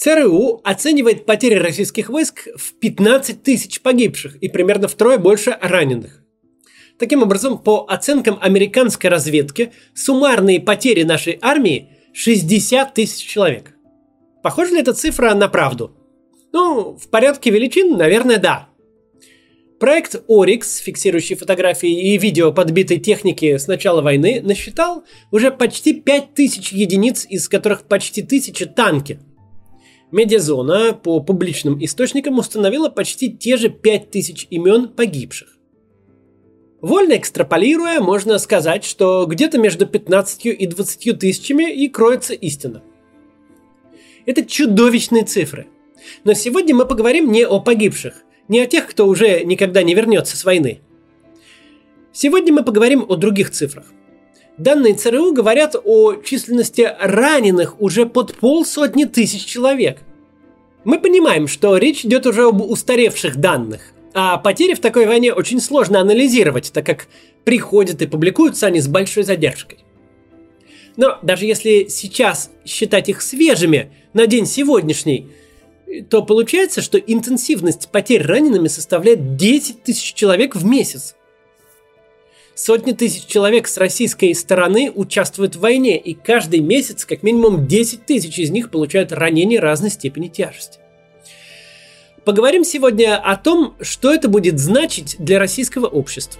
ЦРУ оценивает потери российских войск в 15 тысяч погибших и примерно втрое больше раненых. Таким образом, по оценкам американской разведки, суммарные потери нашей армии 60 тысяч человек. Похожа ли эта цифра на правду? В порядке величин, наверное, да. Проект Oryx, фиксирующий фотографии и видео подбитой техники с начала войны, насчитал уже почти 5000 единиц, из которых почти 1000 танки. Медиазона по публичным источникам установила почти те же 5000 имен погибших. Вольно экстраполируя, можно сказать, что где-то между 15 и 20 тысячами и кроется истина. Это чудовищные цифры. Но сегодня мы поговорим не о погибших, не о тех, кто уже никогда не вернется с войны. Сегодня мы поговорим о других цифрах. Данные ЦРУ говорят о численности раненых уже под 500 тысяч человек. Мы понимаем, что речь идет уже об устаревших данных, а потери в такой войне очень сложно анализировать, так как приходят и публикуются они с большой задержкой. Но даже если сейчас считать их свежими на день сегодняшний, то получается, что интенсивность потерь ранеными составляет 10 тысяч человек в месяц. Сотни тысяч человек с российской стороны участвуют в войне, и каждый месяц как минимум 10 тысяч из них получают ранения разной степени тяжести. Поговорим сегодня о том, что это будет значить для российского общества.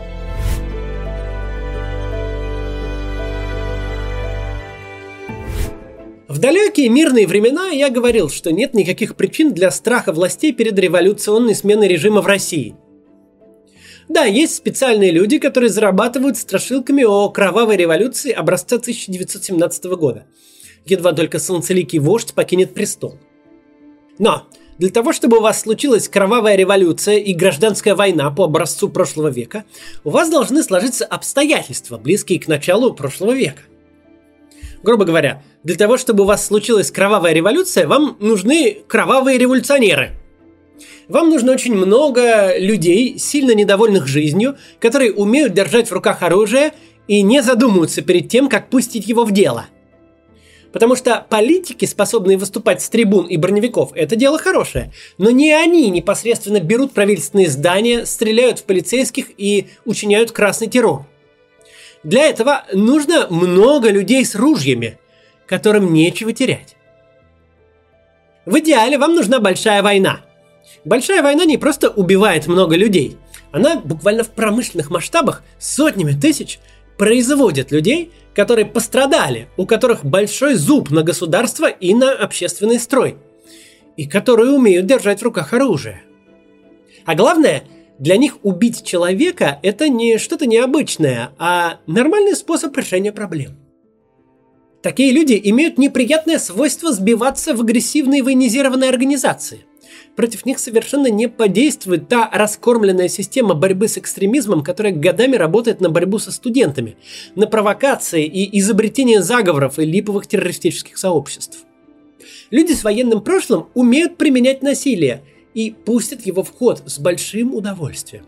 В далекие мирные времена я говорил, что нет никаких причин для страха властей перед революционной сменой режима в России. Да, есть специальные люди, которые зарабатывают страшилками о кровавой революции образца 1917 года. Едва только солнцеликий вождь покинет престол. Но для того, чтобы у вас случилась кровавая революция и гражданская война по образцу прошлого века, у вас должны сложиться обстоятельства, близкие к началу прошлого века. Грубо говоря, для того, чтобы у вас случилась кровавая революция, вам нужны кровавые революционеры. Вам нужно очень много людей, сильно недовольных жизнью, которые умеют держать в руках оружие и не задумываются перед тем, как пустить его в дело. Потому что политики, способные выступать с трибун и броневиков, это дело хорошее. Но не они непосредственно берут правительственные здания, стреляют в полицейских и учиняют красный террор. Для этого нужно много людей с ружьями, которым нечего терять. В идеале вам нужна большая война. Большая война не просто убивает много людей. Она буквально в промышленных масштабах сотнями тысяч производит людей, которые пострадали, у которых большой зуб на государство и на общественный строй, и которые умеют держать в руках оружие. А главное, для них убить человека – это не что-то необычное, а нормальный способ решения проблем. Такие люди имеют неприятное свойство сбиваться в агрессивные военизированные организации. Против них совершенно не подействует та раскормленная система борьбы с экстремизмом, которая годами работает на борьбу со студентами, на провокации и изобретение заговоров и липовых террористических сообществ. Люди с военным прошлым умеют применять насилие и пустят его в ход с большим удовольствием.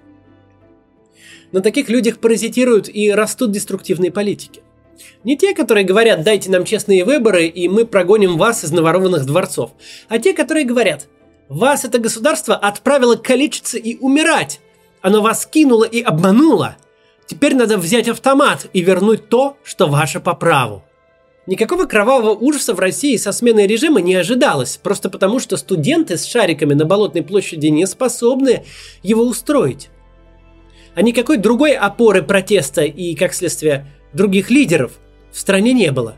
На таких людях паразитируют и растут деструктивные политики. Не те, которые говорят: дайте нам честные выборы, и мы прогоним вас из наворованных дворцов, а те, которые говорят: вас это государство отправило калечиться и умирать, оно вас кинуло и обмануло, теперь надо взять автомат и вернуть то, что ваше по праву. Никакого кровавого ужаса в России со сменой режима не ожидалось, просто потому что студенты с шариками на Болотной площади не способны его устроить. А никакой другой опоры протеста и, как следствие, других лидеров в стране не было.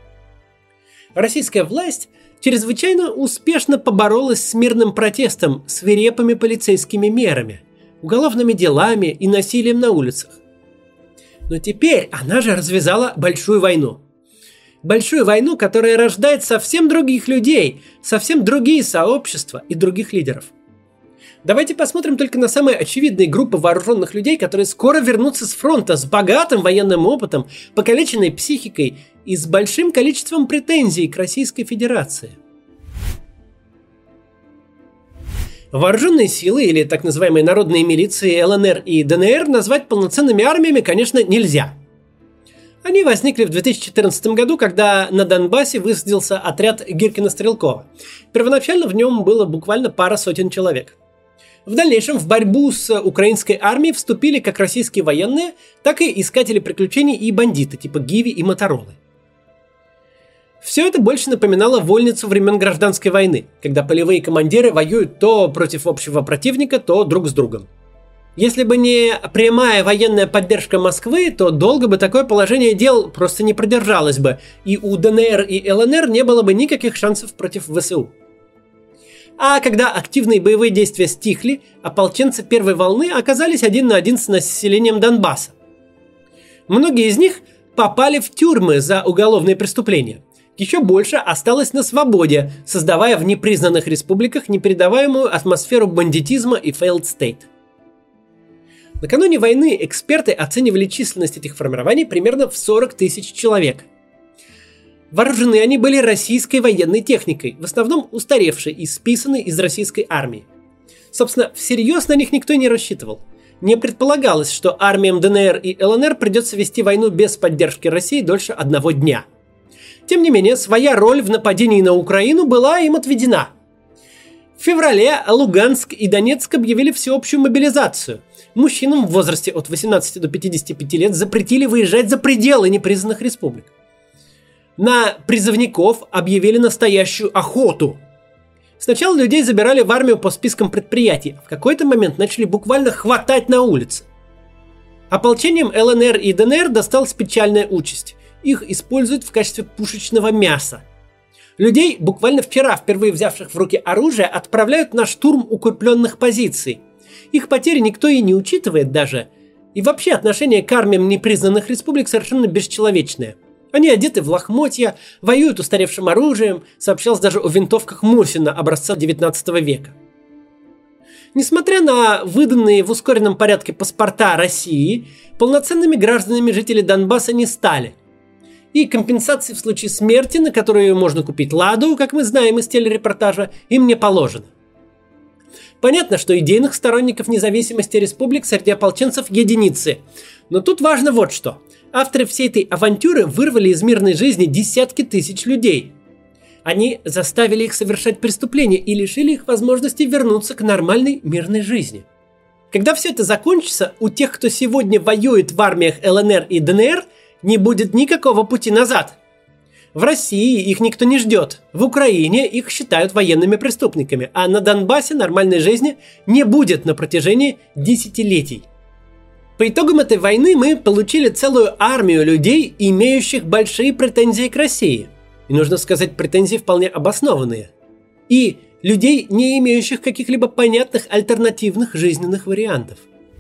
Российская власть чрезвычайно успешно поборолась с мирным протестом, свирепыми полицейскими мерами, уголовными делами и насилием на улицах. Но теперь она же развязала большую войну. Большую войну, которая рождает совсем других людей, совсем другие сообщества и других лидеров. Давайте посмотрим только на самые очевидные группы вооруженных людей, которые скоро вернутся с фронта с богатым военным опытом, покалеченной психикой и с большим количеством претензий к Российской Федерации. Вооруженные силы, или так называемые народные милиции ЛНР и ДНР, назвать полноценными армиями, конечно, нельзя. Они возникли в 2014 году, когда на Донбассе высадился отряд Гиркина-Стрелкова. Первоначально в нем было буквально пара сотен человек. В дальнейшем в борьбу с украинской армией вступили как российские военные, так и искатели приключений и бандиты типа Гиви и Моторолы. Все это больше напоминало вольницу времен гражданской войны, когда полевые командиры воюют то против общего противника, то друг с другом. Если бы не прямая военная поддержка Москвы, то долго бы такое положение дел просто не продержалось бы, и у ДНР и ЛНР не было бы никаких шансов против ВСУ. А когда активные боевые действия стихли, ополченцы первой волны оказались один на один с населением Донбасса. Многие из них попали в тюрьмы за уголовные преступления. Еще больше осталось на свободе, создавая в непризнанных республиках непередаваемую атмосферу бандитизма и failed state. Накануне войны эксперты оценивали численность этих формирований примерно в 40 тысяч человек. Вооружены они были российской военной техникой, в основном устаревшей и списанной из российской армии. Собственно, всерьез на них никто не рассчитывал. Не предполагалось, что армиям ДНР и ЛНР придется вести войну без поддержки России дольше одного дня. Тем не менее, своя роль в нападении на Украину была им отведена. В феврале Луганск и Донецк объявили всеобщую мобилизацию. Мужчинам в возрасте от 18 до 55 лет запретили выезжать за пределы непризнанных республик. На призывников объявили настоящую охоту. Сначала людей забирали в армию по спискам предприятий, а в какой-то момент начали буквально хватать на улице. Ополчением ЛНР и ДНР досталась печальная участь. Их используют в качестве пушечного мяса. Людей, буквально вчера впервые взявших в руки оружие, отправляют на штурм укрепленных позиций. Их потери никто и не учитывает даже. И вообще отношение к армиям непризнанных республик совершенно бесчеловечное. Они одеты в лохмотья, воюют устаревшим оружием, сообщалось даже о винтовках Мосина образца 19 века. Несмотря на выданные в ускоренном порядке паспорта России, полноценными гражданами жители Донбасса не стали. И компенсации в случае смерти, на которую можно купить «Ладу», как мы знаем из телерепортажа, им не положено. Понятно, что идейных сторонников независимости республик среди ополченцев единицы. Но тут важно вот что. Авторы всей этой авантюры вырвали из мирной жизни десятки тысяч людей. Они заставили их совершать преступления и лишили их возможности вернуться к нормальной мирной жизни. Когда все это закончится, у тех, кто сегодня воюет в армиях ЛНР и ДНР, не будет никакого пути назад. В России их никто не ждет, в Украине их считают военными преступниками, а на Донбассе нормальной жизни не будет на протяжении десятилетий. По итогам этой войны мы получили целую армию людей, имеющих большие претензии к России. И нужно сказать, претензии вполне обоснованные. И людей, не имеющих каких-либо понятных альтернативных жизненных вариантов.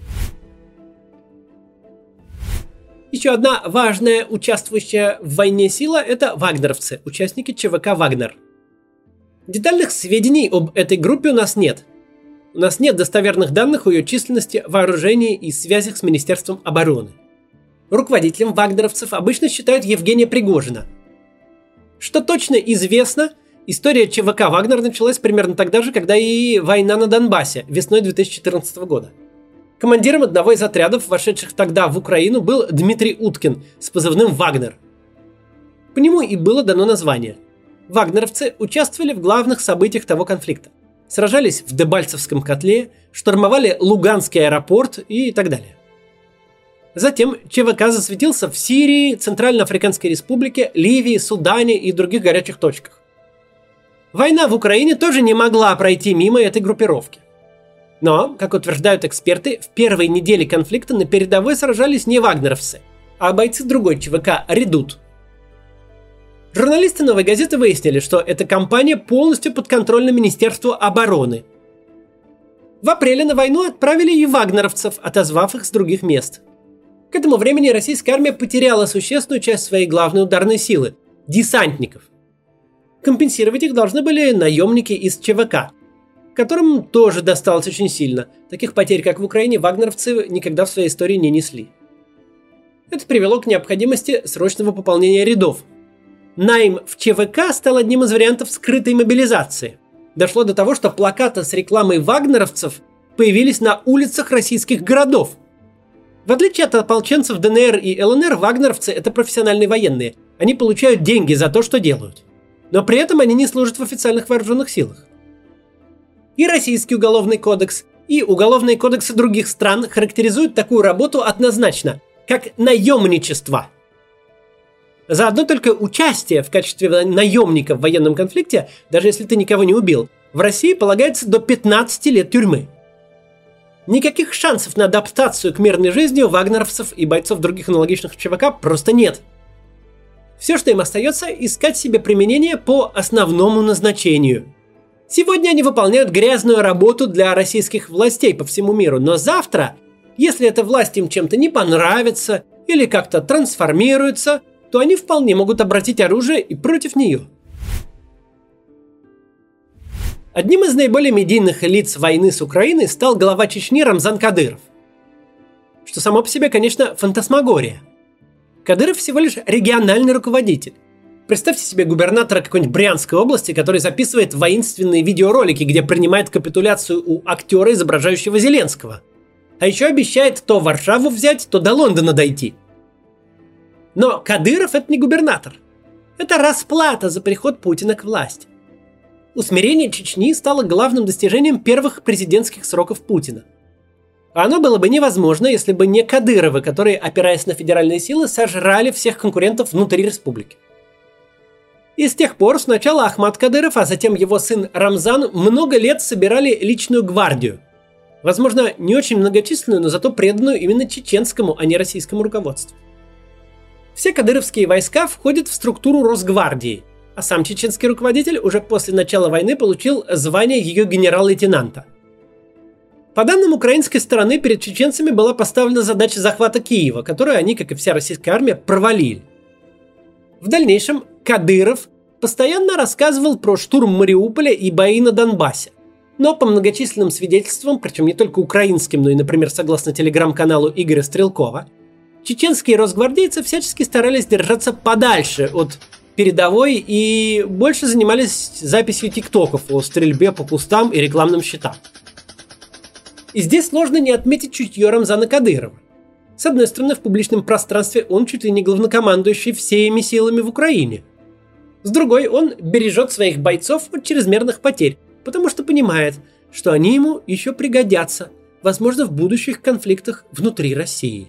Еще одна важная участвующая в войне сила – это вагнеровцы, участники ЧВК «Вагнер». Детальных сведений об этой группе у нас нет. У нас нет достоверных данных о ее численности, вооружении и связях с Министерством обороны. Руководителем вагнеровцев обычно считают Евгения Пригожина. Что точно известно, история ЧВК «Вагнер» началась примерно тогда же, когда и война на Донбассе, весной 2014 года. Командиром одного из отрядов, вошедших тогда в Украину, был Дмитрий Уткин с позывным «Вагнер». По нему и было дано название. Вагнеровцы участвовали в главных событиях того конфликта. Сражались в Дебальцевском котле, штурмовали Луганский аэропорт и так далее. Затем ЧВК засветился в Сирии, Центральноафриканской Республике, Ливии, Судане и других горячих точках. Война в Украине тоже не могла пройти мимо этой группировки. Но, как утверждают эксперты, в первой неделе конфликта на передовой сражались не вагнеровцы, а бойцы другой ЧВК «Редут». Журналисты «Новой газеты» выяснили, что эта компания полностью подконтрольна Министерству обороны. В апреле на войну отправили и вагнеровцев, отозвав их с других мест. К этому времени российская армия потеряла существенную часть своей главной ударной силы – десантников. Компенсировать их должны были наемники из ЧВК, которым тоже досталось очень сильно. Таких потерь, как в Украине, вагнеровцы никогда в своей истории не несли. Это привело к необходимости срочного пополнения рядов. Найм в ЧВК стал одним из вариантов скрытой мобилизации. Дошло до того, что плакаты с рекламой вагнеровцев появились на улицах российских городов. В отличие от ополченцев ДНР и ЛНР, вагнеровцы – это профессиональные военные. Они получают деньги за то, что делают. Но при этом они не служат в официальных вооруженных силах. И Российский уголовный кодекс, и уголовные кодексы других стран характеризуют такую работу однозначно, как наемничество. За одно только участие в качестве наемника в военном конфликте, даже если ты никого не убил, в России полагается до 15 лет тюрьмы. Никаких шансов на адаптацию к мирной жизни у вагнеровцев и бойцов других аналогичных ЧВК просто нет. Все, что им остается, искать себе применение по основному назначению. Сегодня они выполняют грязную работу для российских властей по всему миру, но завтра, если эта власть им чем-то не понравится или как-то трансформируется, то они вполне могут обратить оружие и против нее. Одним из наиболее медийных лиц войны с Украиной стал глава Чечни Рамзан Кадыров. Что само по себе, конечно, фантасмагория. Кадыров всего лишь региональный руководитель. Представьте себе губернатора какой-нибудь Брянской области, который записывает воинственные видеоролики, где принимает капитуляцию у актера, изображающего Зеленского. А еще обещает то Варшаву взять, то до Лондона дойти. Но Кадыров – это не губернатор. Это расплата за приход Путина к власти. Усмирение Чечни стало главным достижением первых президентских сроков Путина. А оно было бы невозможно, если бы не Кадыровы, которые, опираясь на федеральные силы, сожрали всех конкурентов внутри республики. И с тех пор сначала Ахмад Кадыров, а затем его сын Рамзан много лет собирали личную гвардию. Возможно, не очень многочисленную, но зато преданную именно чеченскому, а не российскому руководству. Все кадыровские войска входят в структуру Росгвардии, а сам чеченский руководитель уже после начала войны получил звание ее генерал-лейтенанта. По данным украинской стороны, перед чеченцами была поставлена задача захвата Киева, которую они, как и вся российская армия, провалили. В дальнейшем Кадыров постоянно рассказывал про штурм Мариуполя и бои на Донбассе. Но по многочисленным свидетельствам, причем не только украинским, но и, например, согласно телеграм-каналу Игоря Стрелкова, чеченские росгвардейцы всячески старались держаться подальше от передовой и больше занимались записью тиктоков о стрельбе по кустам и рекламным щитам. И здесь сложно не отметить чутье Рамзана Кадырова. С одной стороны, в публичном пространстве он чуть ли не главнокомандующий всеми силами в Украине. С другой, он бережет своих бойцов от чрезмерных потерь, потому что понимает, что они ему еще пригодятся, возможно, в будущих конфликтах внутри России.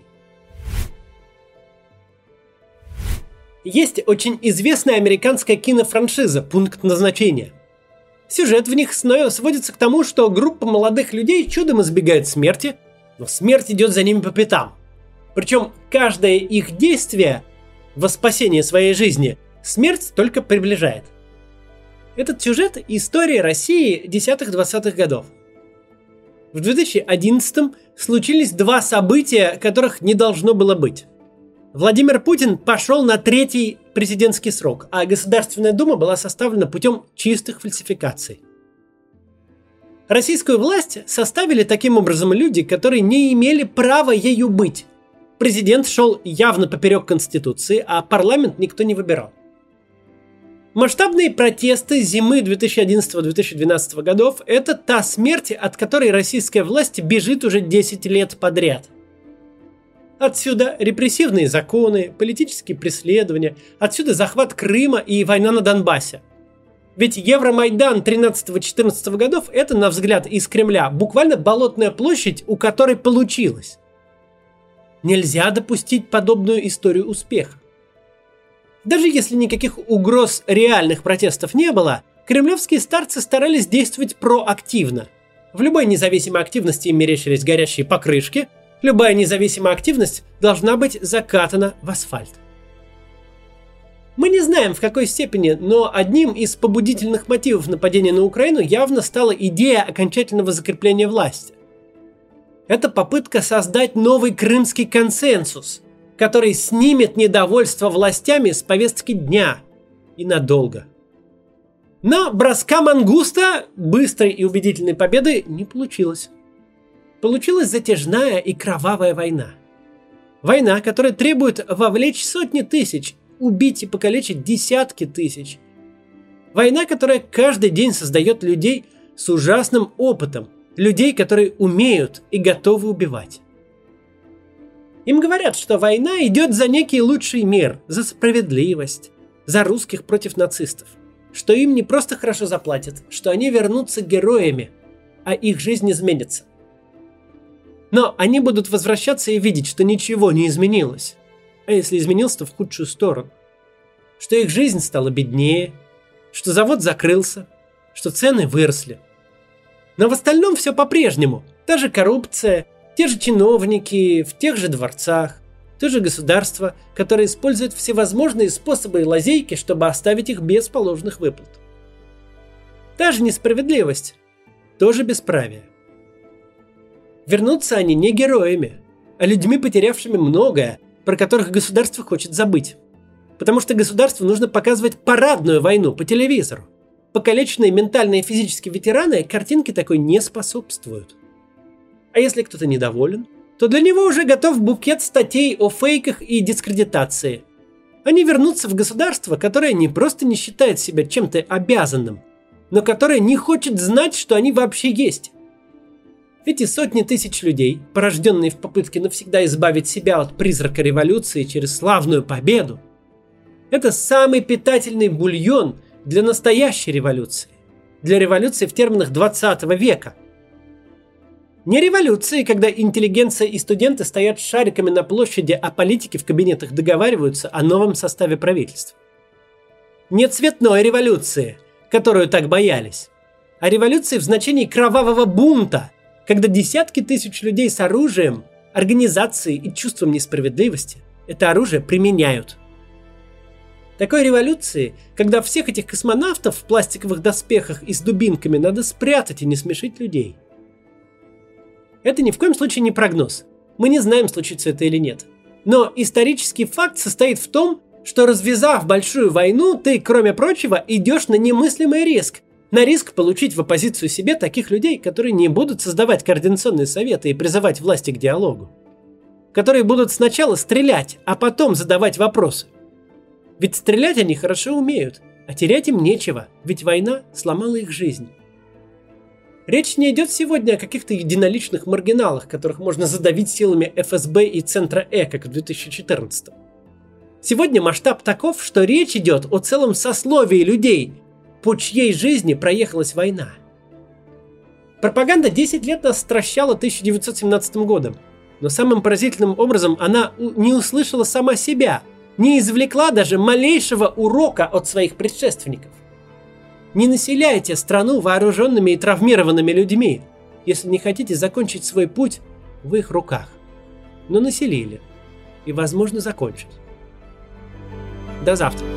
Есть очень известная американская кинофраншиза «Пункт назначения». Сюжет в них сводится к тому, что группа молодых людей чудом избегает смерти, но смерть идет за ними по пятам. Причем каждое их действие во спасение своей жизни смерть только приближает. Этот сюжет – история России 10-20-х годов. В 2011-м случились два события, которых не должно было быть. Владимир Путин пошел на третий президентский срок, а Государственная Дума была составлена путем чистых фальсификаций. Российскую власть составили таким образом люди, которые не имели права ею быть. Президент шел явно поперек Конституции, а парламент никто не выбирал. Масштабные протесты зимы 2011-2012 годов – это та смерть, от которой российская власть бежит уже 10 лет подряд. Отсюда репрессивные законы, политические преследования, отсюда захват Крыма и война на Донбассе. Ведь Евромайдан 13-14 годов – это, на взгляд из Кремля, буквально болотная площадь, у которой получилось. Нельзя допустить подобную историю успеха. Даже если никаких угроз реальных протестов не было, кремлевские старцы старались действовать проактивно. В любой независимой активности им мерещились горящие покрышки, любая независимая активность должна быть закатана в асфальт. Мы не знаем, в какой степени, но одним из побудительных мотивов нападения на Украину явно стала идея окончательного закрепления власти. Это попытка создать новый крымский консенсус, который снимет недовольство властями с повестки дня и надолго. Но броска мангуста быстрой и убедительной победы не получилось. Получилась затяжная и кровавая война. Война, которая требует вовлечь сотни тысяч, убить и покалечить десятки тысяч. Война, которая каждый день создает людей с ужасным опытом, людей, которые умеют и готовы убивать. Им говорят, что война идет за некий лучший мир, за справедливость, за русских против нацистов. Что им не просто хорошо заплатят, что они вернутся героями, а их жизнь изменится. Но они будут возвращаться и видеть, что ничего не изменилось. А если изменилось, то в худшую сторону. Что их жизнь стала беднее, что завод закрылся, что цены выросли. Но в остальном все по-прежнему. Та же коррупция, те же чиновники в тех же дворцах, то же государство, которое использует всевозможные способы и лазейки, чтобы оставить их без положенных выплат. Та же несправедливость, тоже бесправие. Вернутся они не героями, а людьми, потерявшими многое, про которых государство хочет забыть. Потому что государству нужно показывать парадную войну по телевизору. Покалеченные ментально и физически ветераны картинке такой не способствуют. А если кто-то недоволен, то для него уже готов букет статей о фейках и дискредитации. Они вернутся в государство, которое не просто не считает себя чем-то обязанным, но которое не хочет знать, что они вообще есть. Эти сотни тысяч людей, порожденные в попытке навсегда избавить себя от призрака революции через славную победу, это самый питательный бульон для настоящей революции, для революции в терминах 20 века. Не революции, когда интеллигенция и студенты стоят шариками на площади, а политики в кабинетах договариваются о новом составе правительства. Не цветной революции, которую так боялись, а революции в значении кровавого бунта, когда десятки тысяч людей с оружием, организацией и чувством несправедливости это оружие применяют. Такой революции, когда всех этих космонавтов в пластиковых доспехах и с дубинками надо спрятать и не смешить людей. Это ни в коем случае не прогноз. Мы не знаем, случится это или нет. Но исторический факт состоит в том, что развязав большую войну, ты, кроме прочего, идешь на немыслимый риск. На риск получить в оппозицию себе таких людей, которые не будут создавать координационные советы и призывать власти к диалогу. Которые будут сначала стрелять, а потом задавать вопросы. Ведь стрелять они хорошо умеют, а терять им нечего, ведь война сломала их жизнь. Речь не идет сегодня о каких-то единоличных маргиналах, которых можно задавить силами ФСБ и Центра Э, как в 2014. Сегодня масштаб таков, что речь идет о целом сословии людей, по чьей жизни проехалась война. Пропаганда 10 лет нас стращала 1917 годом, но самым поразительным образом она не услышала сама себя, не извлекла даже малейшего урока от своих предшественников. Не населяйте страну вооруженными и травмированными людьми, если не хотите закончить свой путь в их руках. Но населили и, возможно, закончат. До завтра.